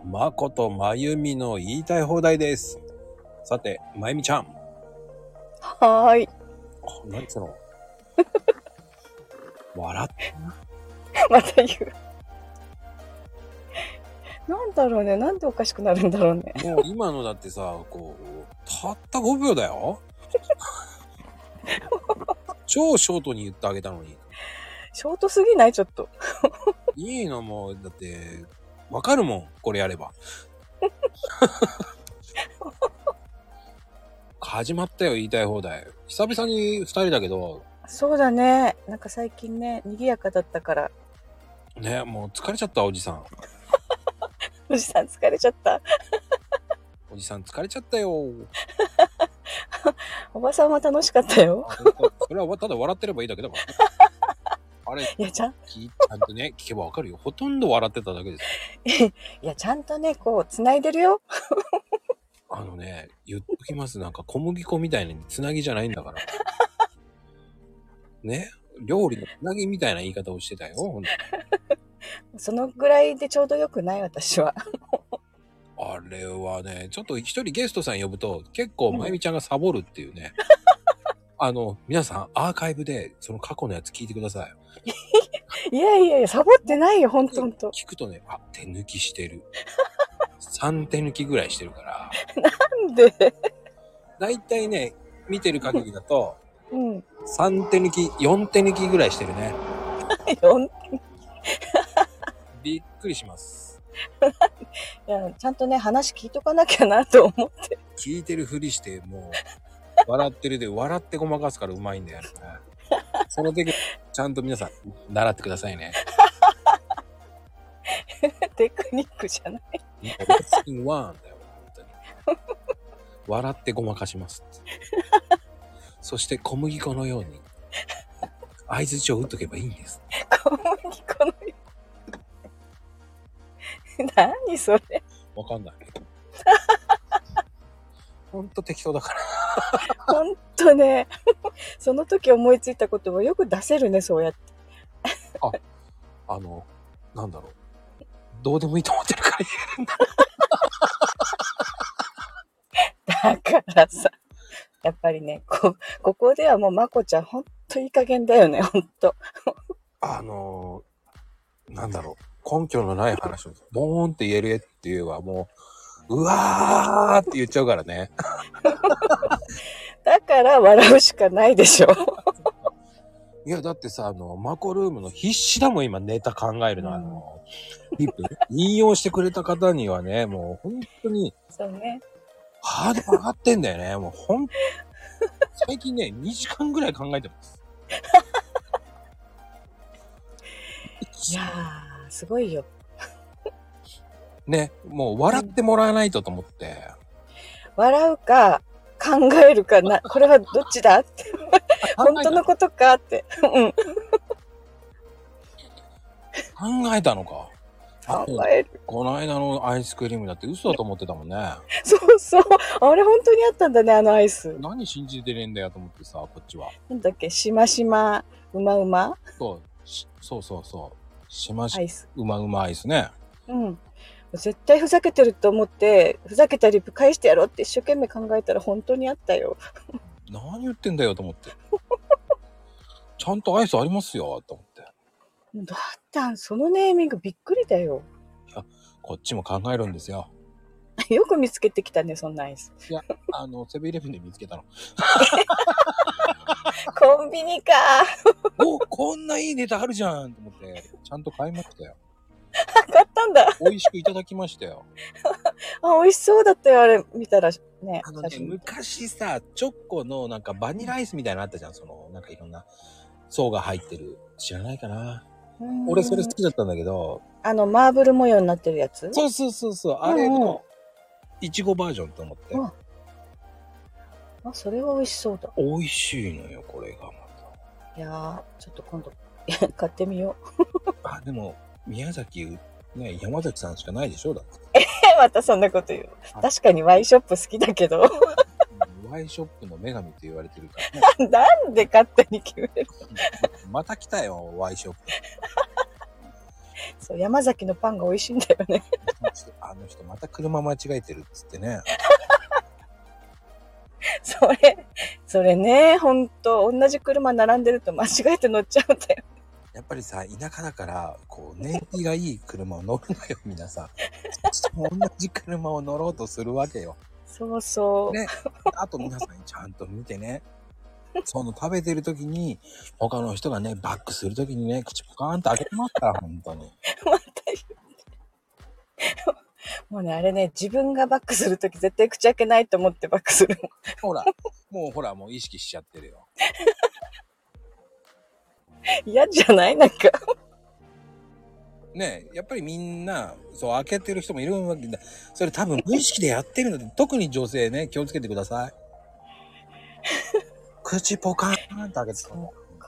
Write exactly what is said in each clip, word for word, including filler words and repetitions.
まことまゆみの言いたい放題です。さて、まゆみちゃん。 はーい。 あ、何その。笑ってまた言う。なんだろうね。なんでおかしくなるんだろうね。 もう今のだってさ、こう、たったごびょうだよ。超ショートに言ってあげたのに。 ショートすぎないちょっと。 いいのもう、だって、わかるもん。これやれば。始まったよ、言いたい放題。久々に二人だけど。 そうだね。なんか最近ね、賑やかだったから。 ね、もう疲れちゃった、おじさん。 おじさん疲れちゃった。 おじさん疲れちゃったよ。 おばさんは楽しかったよ。 それはただ笑ってればいいだけだから、ね。あれ、 いやちゃんちゃんとね、聞けばわかるよ。ほとんど笑ってただけです。 いや、ちゃんとね、こう、繋いでるよ。 あのね、言っときます。なんか小麦粉みたいにつなぎじゃないんだから。ね、料理のつなぎみたいな言い方をしてたよ。ほんとそのぐらいでちょうどよくない私は。 あれはね、ちょっと一人ゲストさん呼ぶと結構まゆみちゃんがサボるっていうね。うん、あの、皆さんアーカイブでその過去のやつ聞いてください。 いやいやいや、サボってないよ、ほんとほんと。 聞くとね、あ、手抜きしてる。さん手抜きぐらいしてるから。 なんでだいたいね、見てる限りだと、 うん、 さん手抜き、よん手抜きぐらいしてるね。 よん手抜きびっくりします。 いや、ちゃんとね、話聞いとかなきゃなと思って。 聞いてるふりして、もう、笑ってるで、笑ってごまかすからうまいんだよね。そのテクニック、ちゃんと皆さん、習ってくださいね。 テクニックじゃない。 レッスンワンだよ、本当に。笑ってごまかします。そして小麦粉のように、相槌を打っとけばいいんです。 小麦粉のように。何それ。 わかんない。ほんと適当だから。 ほんとね。その時思いついたことはよく出せるね、そうやって。 あ、あの、なんだろう。どうでもいいと思ってるから言えるんだ。 だからさ、やっぱりね、こ、ここではもうまこちゃんほんといい加減だよね、ほんと。 あの、なんだろう。根拠のない話をボーンって言える絵っていうのはもう、うわーって言っちゃうからね。 だから笑うしかないでしょ。 いや、だってさ、あの、マコルームの必死だもん、今ネタ考えるの。うん、あの、リップ、引用してくれた方にはね、もう本当に、 そうね。 ハードル上がってんだよね。もうほん、最近ね、にじかんぐらい考えてます。 いやー、すごいよ。 ね、もう笑ってもらわないとと思って。 うん、笑うか、考えるかな、これはどっちだって。本当のことかって。うん。 考えたのか。 考える。 この間のアイスクリームだって嘘だと思ってたもんね。 そうそう。あれ本当にあったんだね、あのアイス。 何信じてねえんだよと思ってさ、こっちは。 なんだっけ、しましま、うまうまそう、そうそうそう。しまし、 アイス。 うまうまアイスね。 うん。絶対ふざけてると思って、ふざけたリプ返してやろうって一生懸命考えたら本当にあったよ。 何言ってんだよと思って。ちゃんとアイスありますよと思って。 だってそのネーミングびっくりだよ。 いや、こっちも考えるんですよ。 よく見つけてきたね、そんなアイス。 いや、あの、セブンイレブンで見つけたの。 コンビニかお、こんないいネタあるじゃんと思って、ちゃんと買いましたよ。 買ったんだ。 美味しくいただきましたよ。 あ、美味しそうだったよ、あれ見たらね。 あのね、昔さ、チョコのなんかバニラアイスみたいなのあったじゃん。その、なんかいろんな層が入ってる。知らないかな。俺それ好きだったんだけど。 あの、マーブル模様になってるやつ？ そうそうそうそう。あれの、いちごバージョンと思って。 うん、あ、それは美味しそうだ。 美味しいのよ、これがまた。いやー、ちょっと今度、買ってみよう。あ、でも、宮崎、ね、山崎さんしかないでしょだって。 えまたそんなこと言う。確かにワイショップ好きだけど。 ワイショップの女神って言われてるからね。なんで勝手に決めるまた来たよ、ワイショップ。 そう、山崎のパンが美味しいんだよね。 あの人また車間違えてるっつってね。 それ、それね、ほんと、同じ車並んでると間違えて乗っちゃうんだよ。 やっぱりさ、田舎だから、こう、燃費がいい車を乗るのよ、皆さん。同じ車を乗ろうとするわけよ。 そうそう。 ね。あと皆さんちゃんと見てね。その食べてる時に、他の人がね、バックする時にね、口ポカーンと開けてますから、本当に。 また言う。もうね、あれね、自分がバックするとき絶対口開けないと思ってバックするもん。 ほら、もうほら、もう意識しちゃってるよ。 嫌じゃないなんか。 ねえ、やっぱりみんな、そう、開けてる人もいるわけだ。それ多分無意識でやってるので、特に女性ね、気をつけてください。口ポカーンと開けてたの。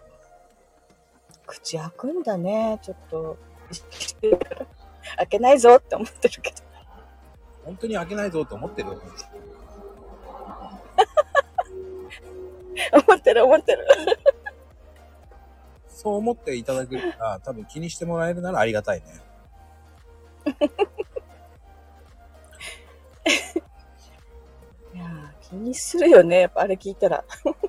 口開くんだね、ちょっと。開けないぞって思ってるけど。 本当に開けないぞと思ってるよ。 思ってる思ってる。 そう思っていただけるから、多分気にしてもらえるならありがたいね。 いやー、気にするよね、やっぱあれ聞いたら。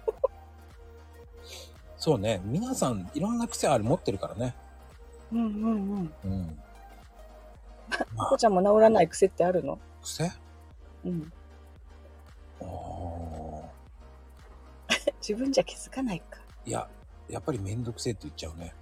そうね、皆さんいろんな癖ある持ってるからね。 うんうんうん。 うん。 まこちゃんも治らない癖ってあるの？ 癖？ うん。 ああ。 自分じゃ気づかないか。 いや、やっぱりめんどくせえって言っちゃうね。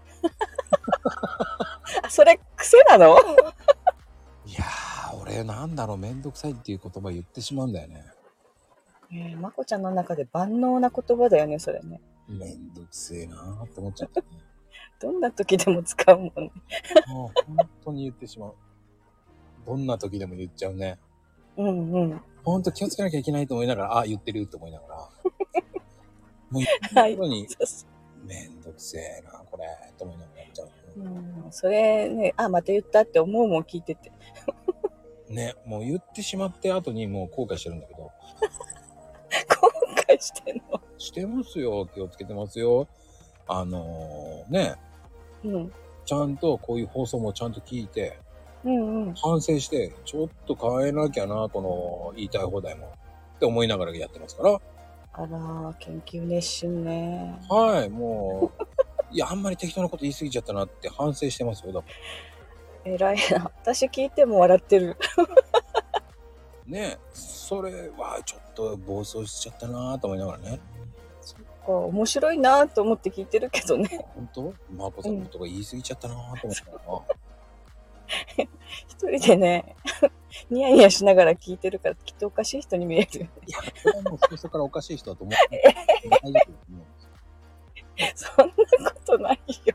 あ、それ癖なの？ いやー、俺なんだろう、めんどくさいっていう言葉言ってしまうんだよね。 えー、まこちゃんの中で万能な言葉だよね、それね。 めんどくせえなーって思っちゃった、ね。 どんな時でも使うもんね。 もう本当に言ってしまう。どんな時でも言っちゃうね。 うんうん。 本当気をつけなきゃいけないと思いながら、あ、言ってるって思いながら。もう言ってるのに、めんどくせえな、これ、と思いながらやっちゃう、ね。 うん、それね、あ、また言ったって思うもん聞いてて。 ね、もう言ってしまって後にもう後悔してるんだけど。 後悔してんの？ してますよ、気をつけてますよ。あのー、ね、 うん。 ちゃんとこういう放送もちゃんと聞いて、 うんうん。 反省して、ちょっと変えなきゃな、この言いたい放題も。って思いながらやってますから。 あらー、研究熱心ね。 はい、もう、いや、あんまり適当なこと言い過ぎちゃったなって反省してますよ、だから。 偉いな。私聞いても笑ってる。 ね、それはちょっと暴走しちゃったなと思いながらね。 そっか、面白いなと思って聞いてるけどね。 本当？マコさんのことが言い過ぎちゃったなと思ったら、 うん、一人でね、ニヤニヤしながら聞いてるからきっとおかしい人に見える。 いや、それはもう最初からおかしい人だと思って大丈夫だと思うんですよ。 そんなことないよ。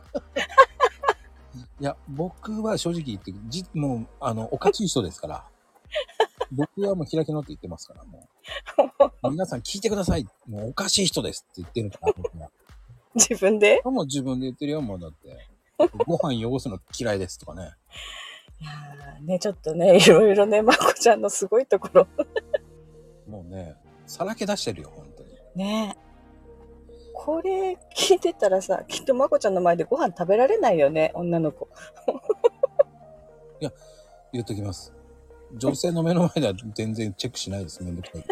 いや、僕は正直言ってじもうあのおかしい人ですから。僕はもう開き直って言ってますから、もう。皆さん聞いてください。もうおかしい人ですって言ってるから、僕は。 自分で？ もう自分で言ってるよ、もうだって。ご飯汚すの嫌いですとかね。 いやーね、ちょっとね、いろいろね、まこちゃんのすごいところ。 もうね、さらけ出してるよ、本当に。 ねえ。これ聞いてたらさ、きっとまこちゃんの前でご飯食べられないよね、女の子。 いや、言っときます。女性の目の前では全然チェックしないです、めんどくさい。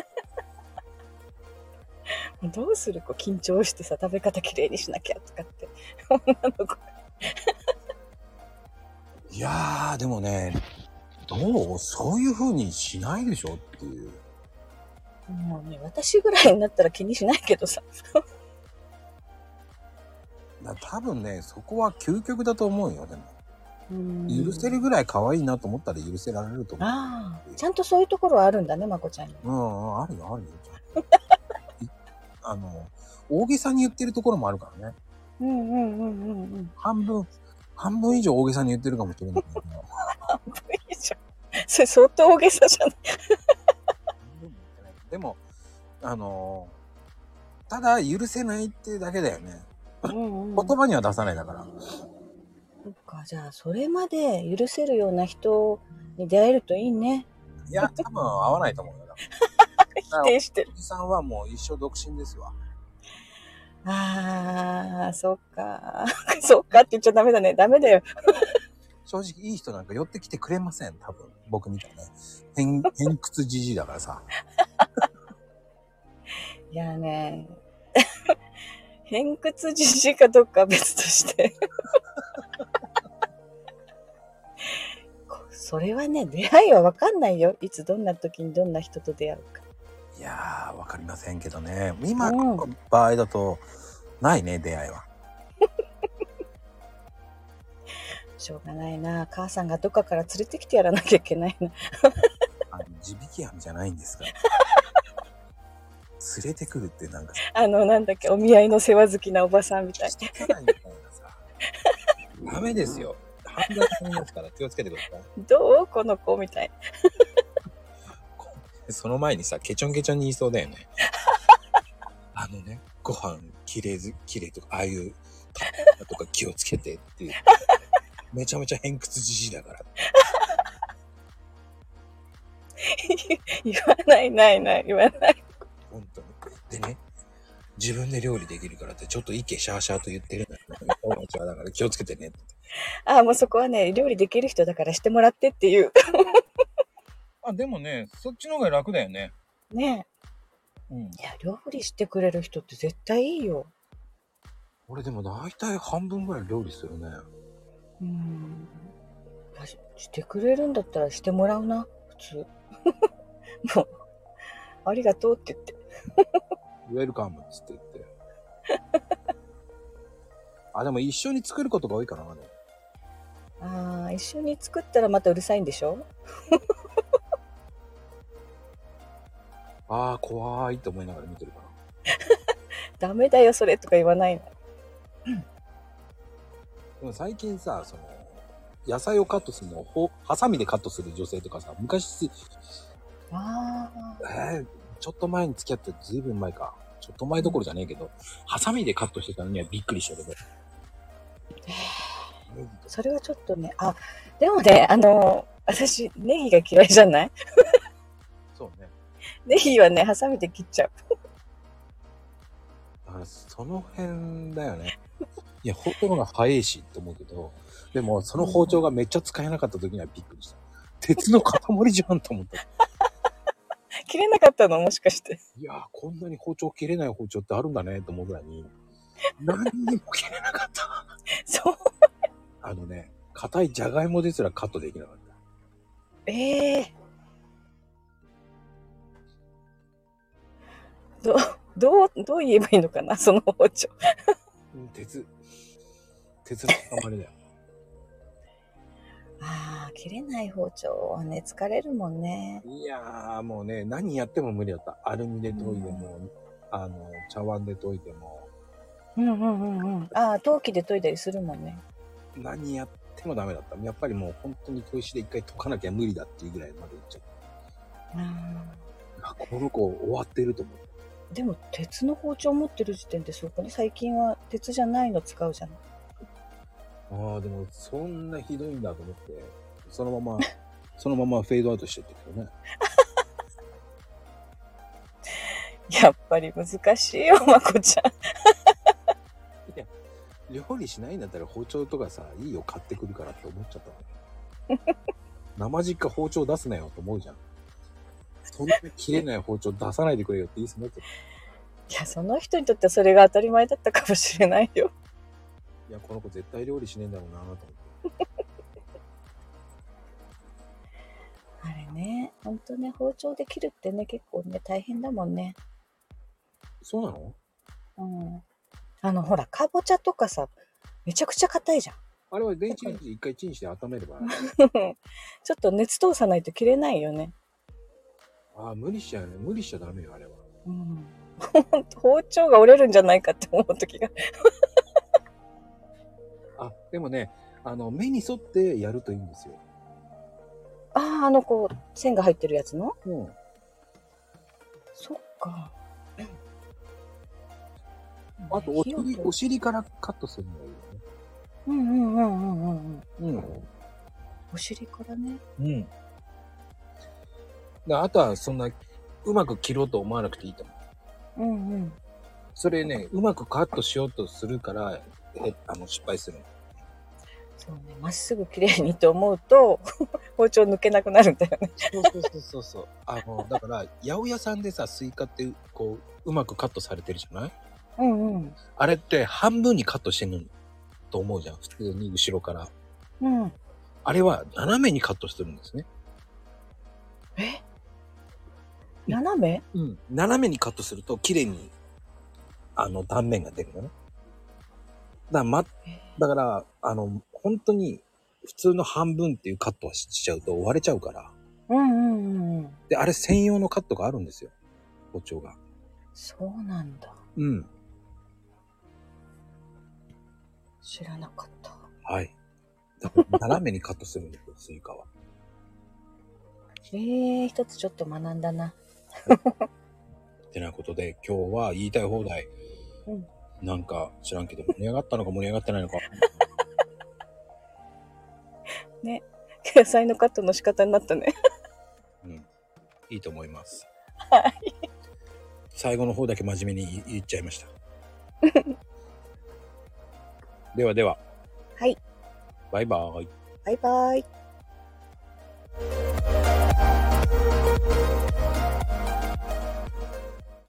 どうする？こう緊張してさ、食べ方きれいにしなきゃとかって。女の子。 いやー、でもね、どう？そういう風にしないでしょっていう。 もうね、私ぐらいになったら気にしないけどさ。 だ多分ね、そこは究極だと思うよ、でも。 うん許せるぐらい可愛いなと思ったら許せられると思う。 ああ、ちゃんとそういうところはあるんだね、まこちゃんに。 うん、あるよ、あるよ。あの、大げさに言ってるところもあるからね。 うんうんうんうんうん。 半分、半分以上大げさに言ってるかもしれないけど。 半分以上。それ相当大げさじゃない？ でも、あの、ただ許せないっていうだけだよね。 うんうん、 言葉には出さないだから。 そっか、じゃあそれまで許せるような人に出会えるといいね。 いや、多分合わないと思うよ。 否定してる。 おじさんはもう一生独身ですわ。 ああ、そっか。そっかって言っちゃダメだね。ダメだよ。 正直いい人なんか寄ってきてくれません、多分。僕みたいな。偏、偏屈じじいだからさ。 いやね、偏屈じじいかどうかは別として。それはね、出会いは分かんないよ。いつどんな時にどんな人と出会うか。 いやー、わかりませんけどね。今の場合だと、ないね、出会いは。 しょうがないな。母さんがどっかから連れてきてやらなきゃいけないな。 あの地引き網じゃないんですから。連れてくるってなんかあの、なんだっけ、お見合いの世話好きなおばさんみたい。 してかないみたいなさ。ダメですよ。犯罪されますから気をつけてください。 どうこの子みたい。 その前にさ、ケチョンケチョンに言いそうだよね。あのね、ご飯きれいず、きれいとか、ああいう食べ方とか気をつけてっていう。めちゃめちゃ偏屈じじいだから。 言わないないない、言わない。 本当に。でね、自分で料理できるからってちょっとイケシャーシャーと言ってるんだよね。お茶だから気をつけてねって。 ああ、もうそこはね、料理できる人だからしてもらってっていう。 あ、でもね、そっちの方が楽だよね。 ねえ。うん。いや、料理してくれる人って絶対いいよ。 俺でも大体半分ぐらい料理するね。 うーん。ししてくれるんだったらしてもらうな、普通。もう、ありがとうって言って。 ウェルカムっつって言って。あ、でも一緒に作ることが多いかな、ね。 ああ、一緒に作ったらまたうるさいんでしょ？ ああ、怖いって思いながら見てるから。 ダメだよ、それとか言わないの。 でも最近さ、その、野菜をカットするのをほ、ハサミでカットする女性とかさ、昔、 あえー、ちょっと前に付き合ってずいぶん前か。ちょっと前どころじゃねえけど、ハサミでカットしてたのにはびっくりしたけど。 それはちょっとね、あ、でもね、あの、私、ネギが嫌いじゃない？ そうね。 ネギはね、ハサミで切っちゃう。 だからその辺だよね。いや、包丁の方が早いしって思うけど、でもその包丁がめっちゃ使えなかった時にはびっくりした。鉄の塊じゃんと思った。 切れなかったのもしかして。 いやー、こんなに包丁切れない包丁ってあるんだねと思うぐらいに、何にも切れなかった。 そう。 あのね、硬いじゃがいもですらカットできなかった。 ええー。ど、どう、どう言えばいいのかな、その包丁。 鉄、鉄の塊だよ。 ああ、切れない包丁はね、疲れるもんね。 いやー、もうね、何やっても無理だった。アルミで研いでも、うん、あの、茶碗で研いでも。 うんうんうんうん。ああ、陶器で研いだりするもんね。 何やってもダメだった。やっぱりもう本当に砥石で一回研かなきゃ無理だっていうぐらいまでいっちゃった。あ、この子終わってると思う。 でも鉄の包丁持ってる時点でそうかね。最近は鉄じゃないの使うじゃない。 ああ、でもそんなひどいんだと思って、そのまま、そのままフェードアウトしてってけどね。 やっぱり難しいよ、まこちゃん。 いや、料理しないんだったら包丁とかさ、いいよ買ってくるからって思っちゃったの。生実家包丁出すなよと思うじゃん。そんな切れない包丁出さないでくれよって言いそうになっちゃった。 いや、その人にとってはそれが当たり前だったかもしれないよ。 いや、この子絶対料理しねえんだろうなと思って。 あれね、ほんとね、包丁で切るってね、結構ね、大変だもんね。 そうなの？ うん。あの、ほら、かぼちゃとかさ、めちゃくちゃ硬いじゃん。 あれは電子レンジで一回チンして温めれば。 ちょっと熱通さないと切れないよね。 ああ、無理しちゃうね。無理しちゃダメよ、あれは。 うん。包丁が折れるんじゃないかって思う時が。 あ、でもね、あの、目に沿ってやるといいんですよ。 ああ、あの、こう、線が入ってるやつの？ うん。 そっか。 あとお尻、お尻からカットするのがいいよね。 うんうんうんうんうん。 うん。 お尻からね。 うん。で、あとはそんな、うまく切ろうと思わなくていいと思う。 うんうん。 それね、うまくカットしようとするから、え、あの、失敗するの。 そうね、まっすぐ綺麗にと思うと包丁抜けなくなるんだよね。 そうそうそうそうそう。あのだから八百屋さんでさ、スイカってこううまくカットされてるじゃない？ うんうん。 あれって半分にカットしてると思うじゃん、普通に後ろから。 うん。 あれは斜めにカットしてるんですね。 え？斜め？ うん。斜めにカットすると綺麗にあの断面が出るのね。だから、ま、だから、あの、本当に普通の半分っていうカットはしちゃうと割れちゃうから。 うんうんうん。 で、あれ専用のカットがあるんですよ。包丁が。 そうなんだ。 うん。 知らなかった。 はい。だから斜めにカットするんですよ、スイカは。 ええー、一つちょっと学んだな。 ってなことで、今日は言いたい放題。 うん。 なんか知らんけど盛り上がったのか盛り上がってないのか。 ね。野菜のカットの仕方になったね。 うん。いいと思います。 はい。 最後の方だけ真面目に言っちゃいました。ではでは。 はい。 バイバーイ。 バイバイ。